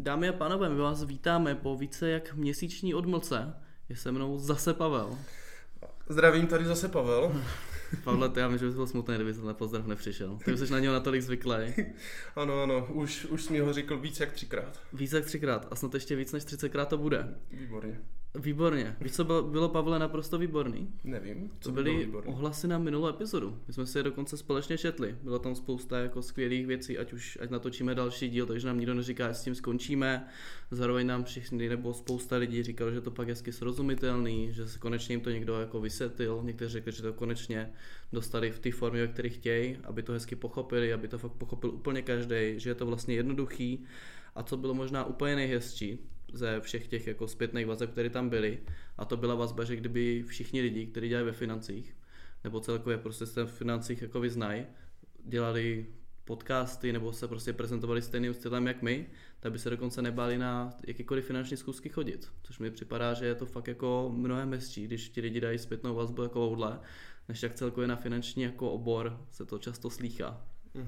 Dámy a pánové, my vás vítáme po více jak měsíční odmlce. Je se mnou zase Pavel. Zdravím, tady zase Pavel. Pavle, já myslím, že bys byl smutný, kdyby jsem na pozdrav nepřišel. Ty jsi na něho natolik zvyklý. Ano, už jsi mi ho řekl víc jak 3krát. Víc jak 3krát a snad ještě víc než 30krát to bude. Výborně. Víš, co bylo Pavle naprosto výborný? Nevím, co byly ohlasy na minulou epizodu. My jsme si je dokonce společně četli. Bylo tam spousta jako skvělých věcí, ať natočíme další díl, takže nám nikdo neříká, že s tím skončíme. Zároveň nám všichni nebo spousta lidí říkalo, že to pak hezky srozumitelný, že se konečně jim to někdo jako vysvětlil. Někteří řekli, že to konečně dostali v té formě, ve které chtějí, aby to hezky pochopili, aby to fakt pochopil úplně každý, že je to vlastně jednoduchý. A co bylo možná úplně nejhezčí ze všech těch jako zpětných vazeb, které tam byly, a to byla vazba, že kdyby všichni lidi, kteří dělají ve financích, nebo celkově prostě se v financích jako vyznají, dělali podcasty nebo se prostě prezentovali stejným stylem jak my, tak by se dokonce nebáli na jakýkoliv finanční zkusky chodit. Což mi připadá, že je to fakt jako mnohem hezčí, když ti lidi dají zpětnou vazbu jako oudle, než jak celkově na finanční jako obor se to často slýchá.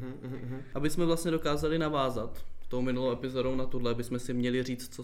Aby jsme vlastně dokázali navázat tou minulou epizodou na tuhle, bychom si měli říct,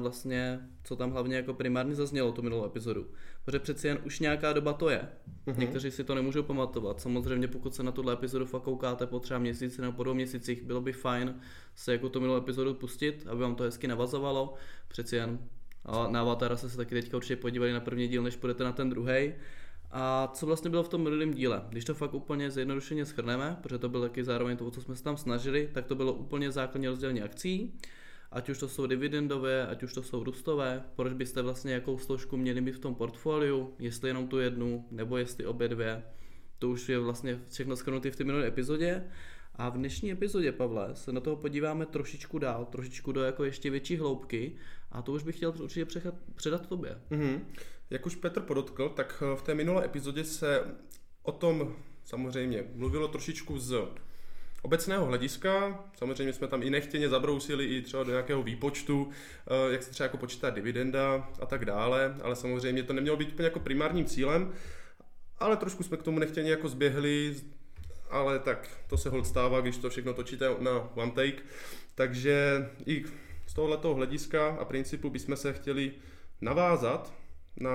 co tam hlavně jako primárně zaznělo tu minulou epizodu. Protože přeci jen už nějaká doba to je. Někteří si to nemůžou pamatovat. Samozřejmě pokud se na tuhle epizodu fakt koukáte po třeba měsíci nebo po 2 měsících, bylo by fajn se jako tu minulou epizodu pustit, aby vám to hezky navazovalo. Přeci jen na Avatara se taky teďka určitě podívali na první díl, než půjdete na ten druhej. A co vlastně bylo v tom minulém díle? Když to fakt úplně zjednodušeně shrneme, protože to bylo taky zároveň to, co jsme se tam snažili, tak to bylo úplně základní rozdělení akcí, ať už to jsou dividendové, ať už to jsou růstové, proč byste vlastně jakou složku měli mít v tom portfoliu, jestli jenom tu jednu, nebo jestli obě dvě. To už je vlastně všechno shrnuté v té minulé epizodě. A v dnešní epizodě, Pavle, se na toho podíváme trošičku dál, trošičku do jako ještě větší hloubky a to už bych chtěl určitě předat tobě. Jak už Petr podotkl, tak v té minulé epizodě se o tom samozřejmě mluvilo trošičku z obecného hlediska. Samozřejmě jsme tam i nechtěně zabrousili i třeba do nějakého výpočtu, jak se třeba jako počítá dividenda a tak dále, ale samozřejmě to nemělo být úplně jako primárním cílem, ale trošku jsme k tomu nechtěně jako zběhli, ale tak to se holt stává, když to všechno točíte na one take, takže i z tohoto hlediska a principu bychom se chtěli navázat na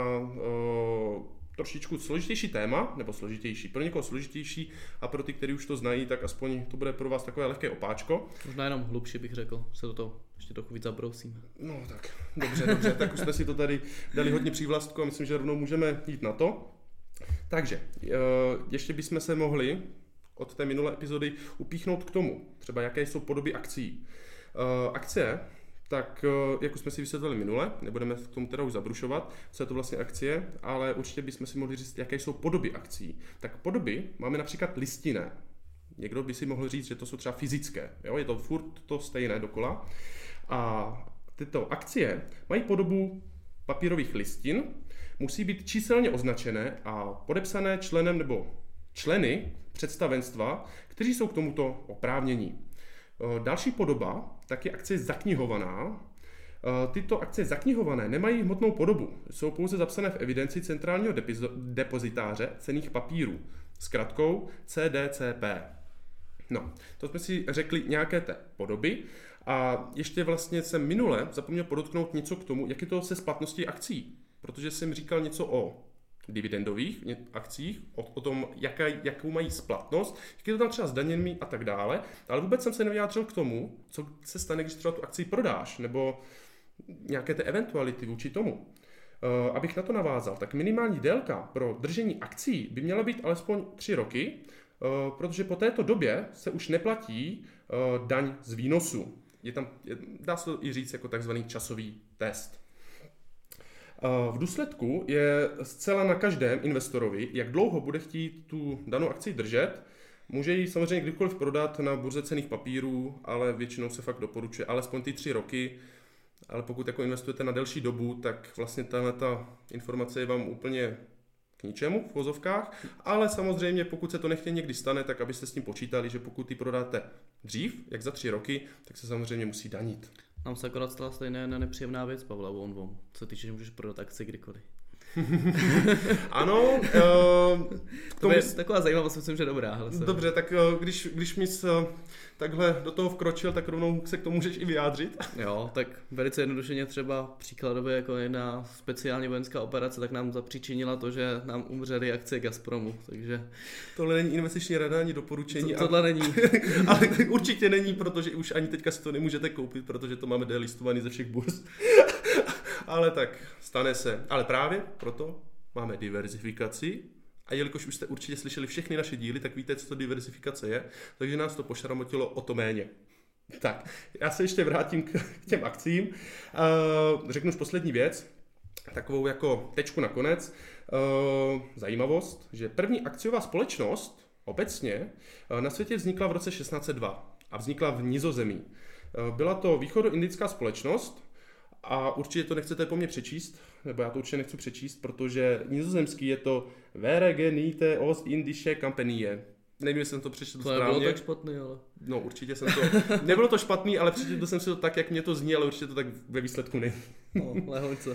trošičku složitější téma, nebo složitější, pro někoho složitější a pro ty, kteří už to znají, tak aspoň to bude pro vás takové lehké opáčko. Možná jenom hlubší bych řekl, se do toho ještě trochu víc zabrousíme. No tak, dobře, tak už jsme si to tady dali hodně přívlastku a myslím, že rovnou můžeme jít na to. Takže, ještě bychom se mohli od té minulé epizody upíchnout k tomu, třeba jaké jsou podoby akcí. Akcie, tak jak už jsme si vysvětlili minule, nebudeme k tomu teda už zabrušovat, co je to vlastně akcie, ale určitě bychom si mohli říct, jaké jsou podoby akcí. Tak podoby máme například listinné. Někdo by si mohl říct, že to jsou třeba fyzické, jo? Je to furt to stejné dokola. A tyto akcie mají podobu papírových listin, musí být číselně označené a podepsané členem nebo členy představenstva, kteří jsou k tomuto oprávnění. Další podoba, tak je akcie zaknihovaná. Tyto akcie zaknihované nemají hmotnou podobu, jsou pouze zapsané v evidenci centrálního depozitáře cenných papírů s kratkou CDCP. No, to jsme si řekli nějaké té podoby a ještě vlastně jsem minule zapomněl podotknout něco k tomu, jak je to se splatností akcí, protože jsem říkal něco o dividendových akcích, o tom, jakou mají splatnost, jak je to tam třeba s daněmi a tak dále, ale vůbec jsem se nevyjádřil k tomu, co se stane, když třeba tu akci prodáš, nebo nějaké ty eventuality vůči tomu. Abych na to navázal, tak minimální délka pro držení akcí by měla být alespoň 3 roky, protože po této době se už neplatí daň z výnosu. Dá se to i říct jako takzvaný časový test. V důsledku je zcela na každém investorovi, jak dlouho bude chtít tu danou akci držet. Může ji samozřejmě kdykoliv prodat na burze cenných papírů, ale většinou se fakt doporučuje alespoň ty 3 roky. Ale pokud jako investujete na delší dobu, tak vlastně ta informace je vám úplně k ničemu v vozovkách. Ale samozřejmě pokud se to nechtěně někdy stane, tak abyste s tím počítali, že pokud ji prodáte dřív, jak za 3 roky, tak se samozřejmě musí danit. Nám se akorát stala stejná nepříjemná věc, Pavla, co týče, že můžeš prodat akci kdykoliv. Ano. To je taková zajímavost, myslím, že dobrá. Dobře, tak když mi takhle do toho vkročil, tak rovnou se k tomu můžeš i vyjádřit. Jo, tak velice jednodušeně třeba příkladově jako jedna speciální vojenská operace, tak nám zapříčinila to, že nám umřely akcie Gazpromu, takže... Tohle není investiční rada ani doporučení. Tohle není. Ale určitě není, protože už ani teďka si to nemůžete koupit, protože to máme delistovaný ze všech burz. Ale tak, stane se. Ale právě proto máme diverzifikaci. A jelikož už jste určitě slyšeli všechny naše díly, tak víte, co to diverzifikace je, takže nás to pošramotilo o to méně. Tak, já se ještě vrátím k těm akcím. Řeknu už poslední věc, takovou jako tečku na konec. Zajímavost, že první akciová společnost obecně na světě vznikla v roce 1602 a vznikla v Nizozemí. Byla to východoindická společnost, a určitě to nechcete po mně přečíst, nebo já to určitě nechci přečíst, protože nizozemský je to Verenigde Oostindische Compagnie. Nevím, jestli jsem to přečetl správně. To nebylo tak špatný, ale... No, určitě jsem to... Nebylo to špatný, ale přečetl jsem si to tak, jak mě to zní, ale určitě to tak ve výsledku není. No, lehonce.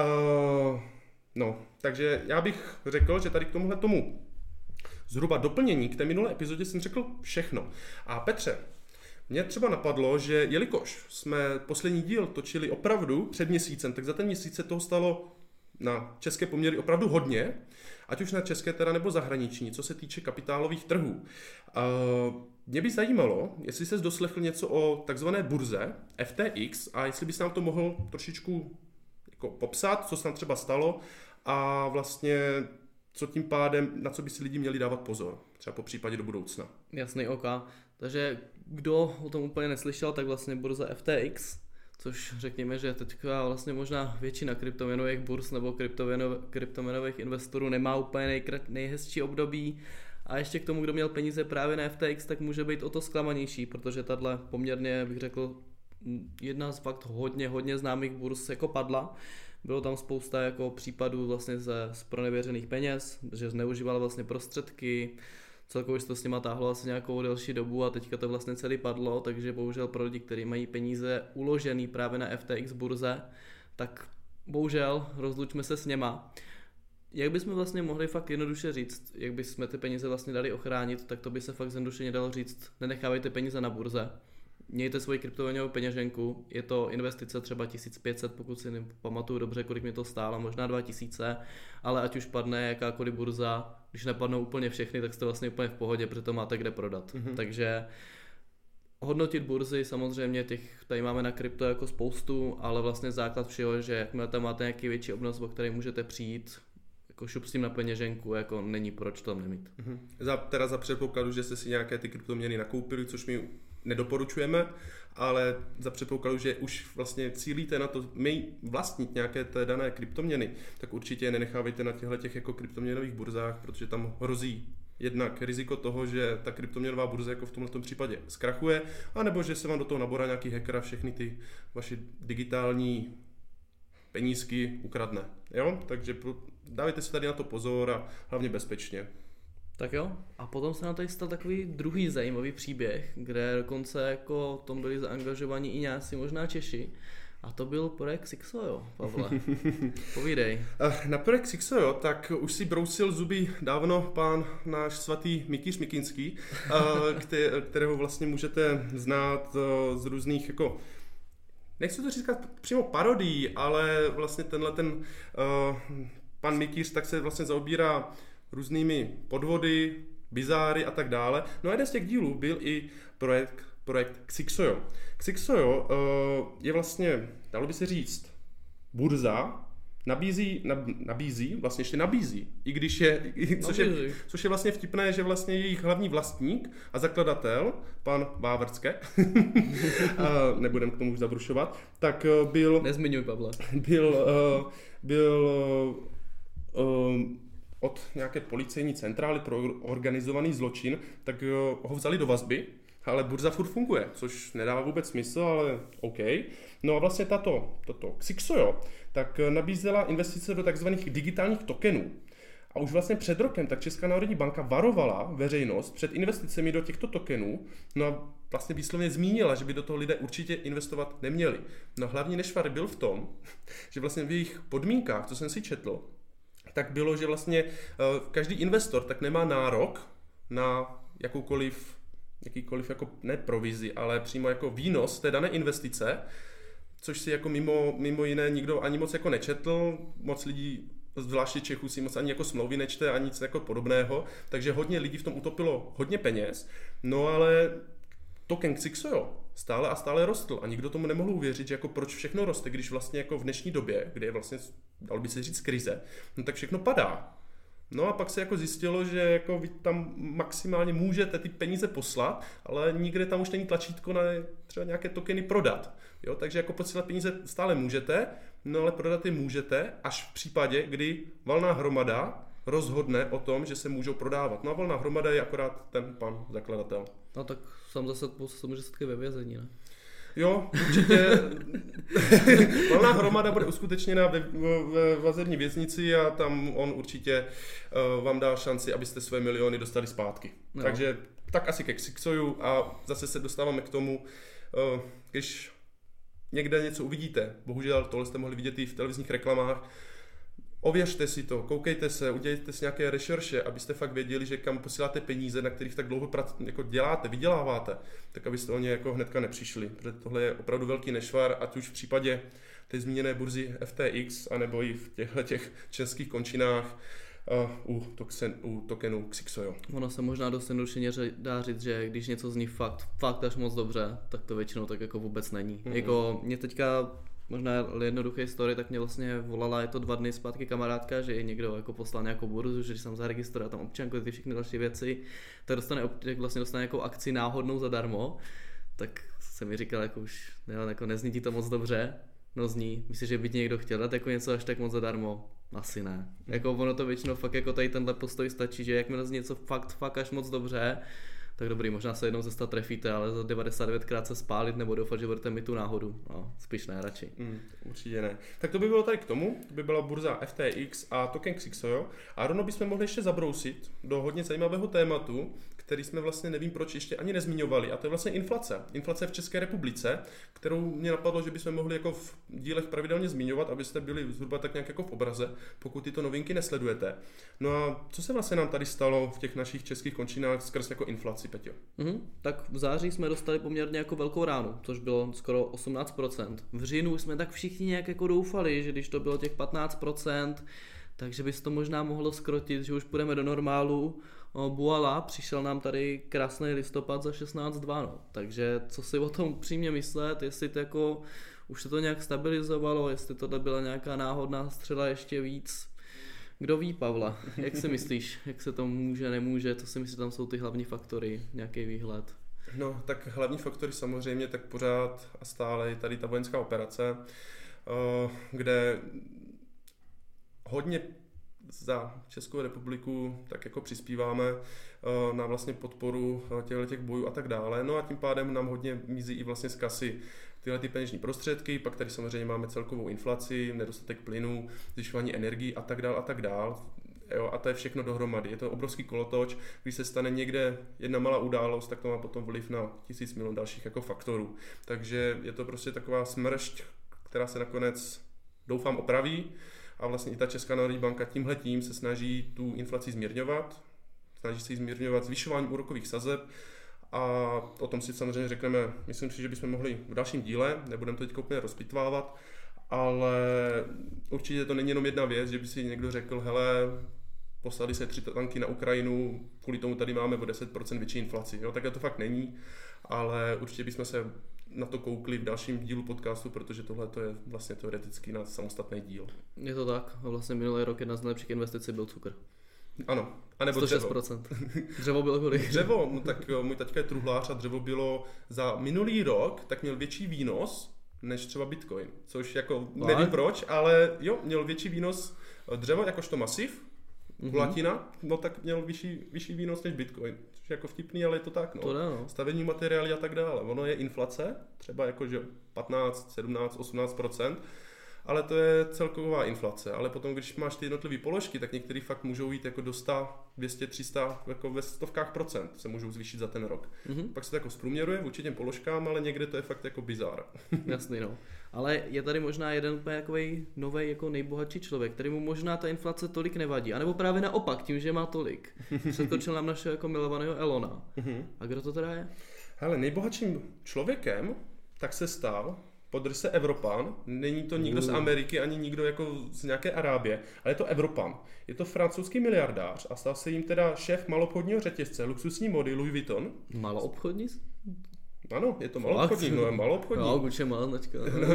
No, takže já bych řekl, že tady k tomuhle tomu zhruba doplnění k té minulé epizodě jsem řekl všechno. A Petře, mě třeba napadlo, že jelikož jsme poslední díl točili opravdu před měsícem, tak za ten měsíc se toho stalo na české poměry opravdu hodně, ať už na české teda nebo zahraniční, co se týče kapitálových trhů. Mě by zajímalo, jestli ses doslechl něco o takzvané burze FTX a jestli bys nám to mohl trošičku jako popsat, co se tam třeba stalo a vlastně co tím pádem, na co by si lidi měli dávat pozor, třeba po případě do budoucna. Jasný, OK. Takže kdo o tom úplně neslyšel, tak vlastně burza FTX, což řekněme, že teďka vlastně možná většina kryptoměnových burz nebo kryptoměnových investorů nemá úplně nejhezčí období. A ještě k tomu, kdo měl peníze právě na FTX, tak může být o to zklamanější, protože tahle poměrně, bych řekl, jedna z fakt hodně známých burz jako padla. Bylo tam spousta jako případů vlastně z pronevěřených peněz, že zneužívala vlastně prostředky, celkově se to s nima táhlo asi nějakou delší dobu a teďka to vlastně celý padlo, takže bohužel pro lidi, kteří mají peníze uložený právě na FTX burze, tak bohužel rozlučme se s něma. Jak bychom vlastně mohli fakt jednoduše říct, jak bychom ty peníze vlastně dali ochránit, tak to by se fakt zjednodušeně dalo říct, nenechávejte peníze na burze. Mějte svoji kryptoměnovou peněženku, je to investice třeba 1500, pokud si nepamatuju dobře, kolik mi to stálo, možná 2000, ale ať už padne jakákoliv burza, když nepadnou úplně všechny, tak jste vlastně úplně v pohodě, protože to máte kde prodat. Takže hodnotit burzy, samozřejmě těch tady máme na krypto jako spoustu, ale vlastně základ všeho je, že jakmile tam máte nějaký větší obnos, o který můžete přijít, jako šup s tím na peněženku, jako není proč to tam nemít. Teda za předpokladu, že jste si nějaké ty kryptoměny nakoupili, což mi nedoporučujeme, ale za předpokladu, že už vlastně cílíte na to vlastnit nějaké té dané kryptoměny, tak určitě je nenechávejte na těch jako kryptoměnových burzách, protože tam hrozí jednak riziko toho, že ta kryptoměnová burza jako v tomto případě zkrachuje, anebo že se vám do toho naborá nějaký hacker a všechny ty vaše digitální penízky ukradne. Jo? Takže dávejte si tady na to pozor a hlavně bezpečně. Tak jo, a potom se nám tady stal takový druhý zajímavý příběh, kde dokonce jako tom byli zaangažovaní i nějací možná Češi. A to byl projekt Sixojo, Pavle. Povídej. Na projekt Sixojo, tak už si brousil zuby dávno pán náš svatý Mikýř Mikínský, kterého vlastně můžete znát z různých jako, nechci to říkat přímo parodií, ale vlastně tenhle pan Mikýř tak se vlastně zaobírá různými podvody, bizáry a tak dále. No a jeden z těch dílů byl i projekt Xixojo. Xixojo je vlastně, dalo by se říct, burza, nabízí, i když je, což je vlastně vtipné, že vlastně jejich hlavní vlastník a zakladatel, pan Vávrské, nebudem k tomu už zabrušovat, tak byl... Nezmiňuj, Pavle. Byl od nějaké policejní centrály pro organizovaný zločin, tak ho vzali do vazby, ale burza furt funguje, což nedává vůbec smysl, ale OK. No a vlastně toto Xixojo, tak nabízela investice do takzvaných digitálních tokenů. A už vlastně před rokem tak Česká národní banka varovala veřejnost před investicemi do těchto tokenů, no a vlastně výslovně zmínila, že by do toho lidé určitě investovat neměli. No hlavní nešvar byl v tom, že vlastně v jejich podmínkách, co jsem si četl, tak bylo, že vlastně každý investor tak nemá nárok na jakýkoliv jako ne provizi, ale přímo jako výnos té dané investice, což si jako mimo jiné nikdo ani moc jako nečetl, moc lidí, zvláště Čechů, si moc ani jako smlouvy nečte, ani nic jako podobného, takže hodně lidí v tom utopilo hodně peněz, no ale token Xixoyo stále a stále rostl a nikdo tomu nemohl uvěřit, že jako proč všechno roste, když vlastně jako v dnešní době, kdy je vlastně, dalo by se říct, krize, no tak všechno padá. No a pak se jako zjistilo, že jako vy tam maximálně můžete ty peníze poslat, ale nikde tam už není tlačítko na třeba nějaké tokeny prodat. Jo, takže jako posílat peníze stále můžete, no ale prodat je můžete až v případě, kdy valná hromada rozhodne o tom, že se můžou prodávat. No a valná hromada je akorát ten pan zakladatel. No tak sám zase se může setkat ve vězení, ne? Jo, určitě. Valná hromada bude uskutečněna ve vazební věznici a tam on určitě vám dá šanci, abyste své miliony dostali zpátky. No. Takže tak asi ke Xixoyu a zase se dostáváme k tomu, když někde něco uvidíte, bohužel tohle jste mohli vidět i v televizních reklamách, ověřte si to, koukejte se, udělejte si nějaké rešerše, abyste fakt věděli, že kam posíláte peníze, na kterých tak dlouho jako děláte, vyděláváte, tak abyste o ně jako hnedka nepřišli, protože tohle je opravdu velký nešvar, ať už v případě té zmíněné burzy FTX, anebo i v těch českých končinách u tokenu Xixoyo. Ono se možná dost jednoduše dá říct, že když něco zní fakt až moc dobře, tak to většinou tak jako vůbec není. Mm-hmm. Jako mě teďka možná jednoduché story, tak mě vlastně volala, je to 2 dny zpátky kamarádka, že je někdo jako poslal nějakou burzu, že když jsem zaregistroval tam občanku, ty všechny další věci, tak dostane jako akci náhodnou zadarmo, tak jsem mi říkal, jako už jako nezní ti to moc dobře, no zní, myslíš, že by ti někdo chtěl dát jako něco až tak moc zadarmo? Asi ne. Jako ono to většinou fakt jako tady tenhle postoj stačí, že jakmile zní něco fakt až moc dobře, tak dobrý, možná se jednou ze 100 trefíte, ale za 99krát se spálit nebo doufat, že budete mít tu náhodu. No, spíš ne, radši. Určitě ne. Tak to by bylo tady k tomu, to by byla burza FTX a token Xixoyo. A rovnou bychom mohli ještě zabrousit do hodně zajímavého tématu, který jsme vlastně nevím proč ještě ani nezmiňovali, a to je vlastně inflace. Inflace v České republice, kterou mě napadlo, že bychom mohli jako v dílech pravidelně zmiňovat, abyste byli zhruba tak nějak jako v obraze, pokud tyto novinky nesledujete. No a co se vlastně nám tady stalo v těch našich českých končinách skrz jako inflaci, Peťo? Tak v září jsme dostali poměrně jako velkou ránu, což bylo skoro 18%. V říjnu jsme tak všichni nějak jako doufali, že když to bylo těch 15%, takže by se to možná mohlo skrotit, že už půjdeme do normálu. Buala, přišel nám tady krásný listopad za 16,2, no. Takže co si o tom upřímně myslet, jestli to jako už se to nějak stabilizovalo, jestli to byla nějaká náhodná střela ještě víc. Kdo ví, Pavla, jak si myslíš, jak se to může, nemůže, co si myslíš, tam jsou ty hlavní faktory, nějaký výhled? No, tak hlavní faktory samozřejmě, tak pořád a stále je tady ta vojenská operace, kde hodně za Českou republiku tak jako přispíváme na vlastně podporu těch bojů a tak dále. No a tím pádem nám hodně mizí i vlastně z kasy tyhle ty peněžní prostředky, pak tady samozřejmě máme celkovou inflaci, nedostatek plynu, zvyšování energií a tak dál. Jo, a to je všechno dohromady. Je to obrovský kolotoč, když se stane někde jedna malá událost, tak to má potom vliv na 1000 milion dalších jako faktorů. Takže je to prostě taková smršť, která se nakonec doufám opraví. A vlastně i ta Česká národní banka tímhletím se snaží tu inflaci zmírňovat, snaží se ji zmírňovat zvyšováním úrokových sazeb a o tom si samozřejmě řekneme, myslím si, že bychom mohli v dalším díle, nebudeme to teď úplně rozpitvávat, ale určitě to není jenom jedna věc, že by si někdo řekl, hele, poslali se 3 tanky na Ukrajinu, kvůli tomu tady máme o 10% větší inflaci. Jo, takhle to fakt není, ale určitě bychom se na to koukli v dalším dílu podcastu, protože tohle to je vlastně teoreticky na samostatný díl. Je to tak, a vlastně minulý rok jedna z nejlepších investic byl cukr. Ano, anebo 106%. Dřevo bylo kolik? Dřevo, no tak můj taťka je truhlář a dřevo bylo za minulý rok, tak měl větší výnos než třeba Bitcoin, což jako nevím proč, ale jo, měl větší výnos dřevo jakožto masiv, kulatina, no tak měl vyšší výnos než Bitcoin, což je jako vtipný, ale je to tak, no. To no. Stavební materiály a tak dále, ono je inflace, třeba jakože 15, 17, 18%, ale to je celková inflace. Ale potom, když máš ty jednotlivé položky, tak některý fakt můžou jít jako do 100, 200, 300, jako ve stovkách procent se můžou zvýšit za ten rok. Pak se to jako zprůměruje vůči těm položkám, ale někde to je fakt jako bizár. Jasný, no. Ale je tady možná jeden úplně takovej novej jako nejbohatší člověk, který mu možná ta inflace tolik nevadí. A nebo právě naopak, tím, že má tolik. Přeskočil nám našeho jako milovaného Elona. A kdo to teda je? Hele, nejbohatším člověkem tak se stal, podrž se Evropan, není to nikdo z Ameriky, ani nikdo jako z nějaké Arábie, ale je to Evropan. Je to francouzský miliardář a stal se jim teda šéf maloobchodního řetězce luxusní mody Louis Vuitton. Maloobchodní? Ano, je to maloobchodní, no maloobchodní. No, Gucci má značka.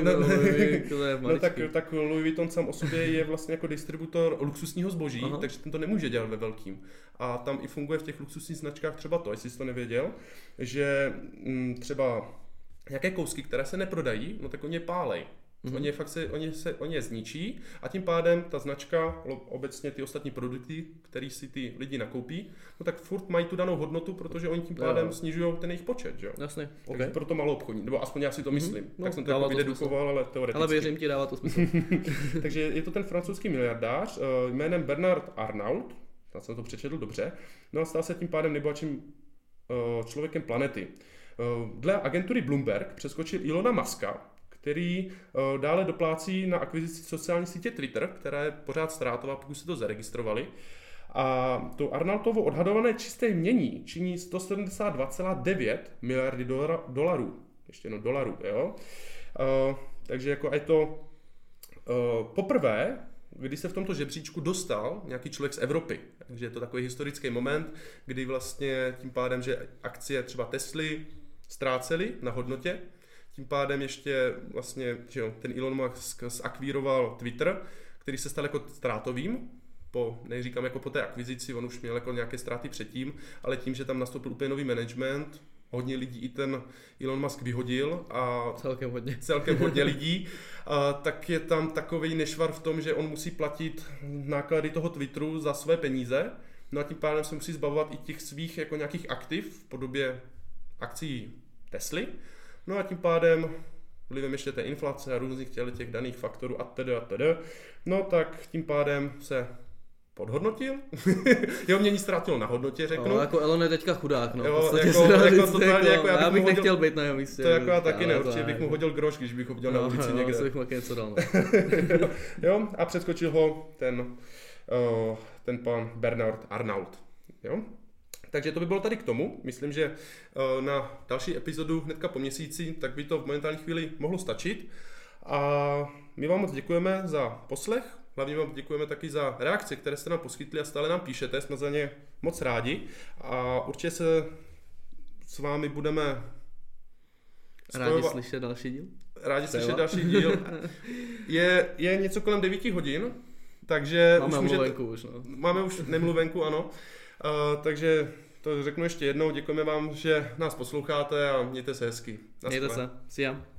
No tak Louis Vuitton sám o sobě je vlastně jako distributor luxusního zboží, takže ten to nemůže dělat ve velkým. A tam i funguje v těch luxusních značkách třeba to, jestli jsi to nevěděl, že třeba nějaké kousky, které se neprodají, no tak oni je pálej. Oni je zničí a tím pádem ta značka, obecně ty ostatní produkty, které si ty lidi nakoupí, no tak furt mají tu danou hodnotu, protože oni tím pádem snižují ten jejich počet, že jo? Jasně, okay. Takže proto maloobchodní, nebo aspoň já si to myslím. Tak jsem to jako vydedukoval, ale teoreticky. Ale věřím ti, dává to smysl. Takže je to ten francouzský miliardář jménem Bernard Arnault, já jsem to přečetl dobře, no a stal se tím pádem nejbohatším člověkem planety. Dle agentury Bloomberg přeskočil Elona Muska, který dále doplácí na akvizici sociální sítě Twitter, která je pořád ztrátová, pokud se to zaregistrovali. A to Arnaultovo odhadované čisté jmění činí 172,9 miliardy dolarů. Ještě jedno dolarů, jo. Takže jako je to poprvé, kdy se v tomto žebříčku dostal nějaký člověk z Evropy. Takže je to takový historický moment, kdy vlastně tím pádem, že akcie třeba Tesly ztrácely na hodnotě, tím pádem ještě vlastně, že jo, ten Elon Musk zakvíroval Twitter, který se stal jako ztrátovým, neříkám jako po té akvizici, on už měl jako nějaké ztráty předtím, ale tím, že tam nastoupil úplně nový management, hodně lidí i ten Elon Musk vyhodil a celkem hodně lidí, tak je tam takový nešvar v tom, že on musí platit náklady toho Twitteru za své peníze, no a tím pádem se musí zbavovat i těch svých jako nějakých aktiv v podobě akcí Tesly, no a tím pádem vlivem ještě té inflace a různých těch daných faktorů atd. No tak tím pádem se podhodnotil. Jeho mění ztratilo na hodnotě, řeknu. No, jako Elon je teďka chudák, no. Jo, jako totálně, jako já bych nechtěl být na jeho místě. To jako já taky ne, určitě bych mu hodil groš, když bych ho viděl na ulici někde. No, bych mu něco dal, no. Jo, a přeskočil ho ten pan Bernard Arnault. Jo. Takže to by bylo tady k tomu. Myslím, že na další epizodu hnedka po měsíci, tak by to v momentální chvíli mohlo stačit. A my vám moc děkujeme za poslech. Hlavně vám děkujeme taky za reakce, které jste nám poskytli a stále nám píšete. Jsme za ně moc rádi. A určitě se s vámi budeme rádi slyšet další díl. Rádi slyšet další díl. Je něco kolem 9 hodin, takže máme mluvenku už, no. Máme už nemluvenku, ano. Takže to řeknu ještě jednou, děkujeme vám, že nás posloucháte a mějte se hezky. Mějte se, see ya.